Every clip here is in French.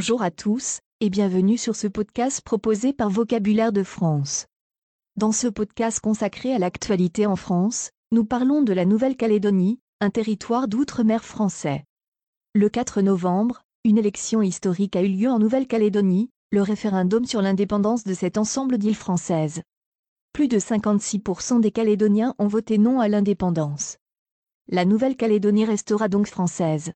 Bonjour à tous, et bienvenue sur ce podcast proposé par Vocabulaire de France. Dans ce podcast consacré à l'actualité en France, nous parlons de la Nouvelle-Calédonie, un territoire d'outre-mer français. Le 4 novembre, une élection historique a eu lieu en Nouvelle-Calédonie, le référendum sur l'indépendance de cet ensemble d'îles françaises. Plus de 56% des Calédoniens ont voté non à l'indépendance. La Nouvelle-Calédonie restera donc française.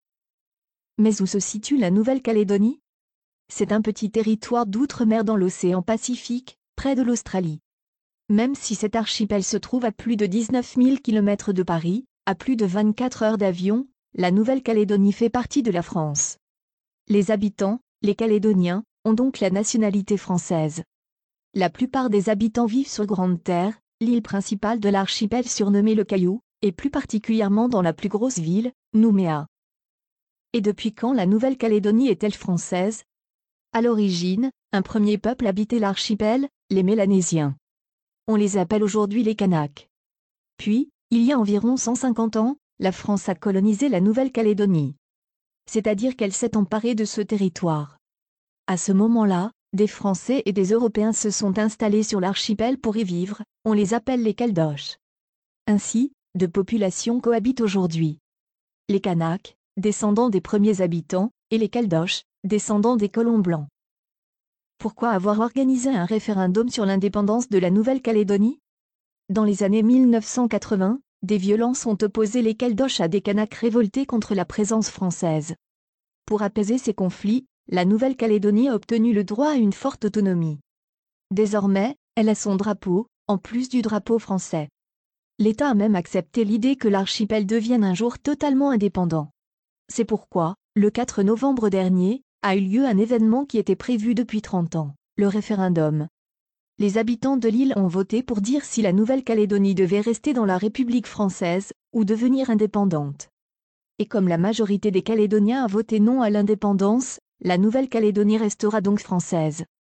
Mais où se situe la Nouvelle-Calédonie? C'est un petit territoire d'outre-mer dans l'océan Pacifique, près de l'Australie. Même si cet archipel se trouve à plus de 19 000 km de Paris, à plus de 24 heures d'avion, la Nouvelle-Calédonie fait partie de la France. Les habitants, les Calédoniens, ont donc la nationalité française. La plupart des habitants vivent sur Grande Terre, l'île principale de l'archipel surnommée le Caillou, et plus particulièrement dans la plus grosse ville, Nouméa. Et depuis quand la Nouvelle-Calédonie est-elle française? À l'origine, un premier peuple habitait l'archipel, les Mélanésiens. On les appelle aujourd'hui les Kanaks. Puis, il y a environ 150 ans, la France a colonisé la Nouvelle-Calédonie. C'est-à-dire qu'elle s'est emparée de ce territoire. À ce moment-là, des Français et des Européens se sont installés sur l'archipel pour y vivre, on les appelle les Caldoches. Ainsi, deux populations cohabitent aujourd'hui. Les Kanaks, descendants des premiers habitants, et les Caldoches, descendants des colons blancs. Pourquoi avoir organisé un référendum sur l'indépendance de la Nouvelle-Calédonie? Dans les années 1980, des violences ont opposé les Caldoches à des Kanaks révoltés contre la présence française. Pour apaiser ces conflits, la Nouvelle-Calédonie a obtenu le droit à une forte autonomie. Désormais, elle a son drapeau, en plus du drapeau français. L'État a même accepté l'idée que l'archipel devienne un jour totalement indépendant. C'est pourquoi, le 4 novembre dernier, a eu lieu un événement qui était prévu depuis 30 ans, le référendum. Les habitants de l'île ont voté pour dire si la Nouvelle-Calédonie devait rester dans la République française, ou devenir indépendante. Et comme la majorité des Calédoniens a voté non à l'indépendance, la Nouvelle-Calédonie restera donc française.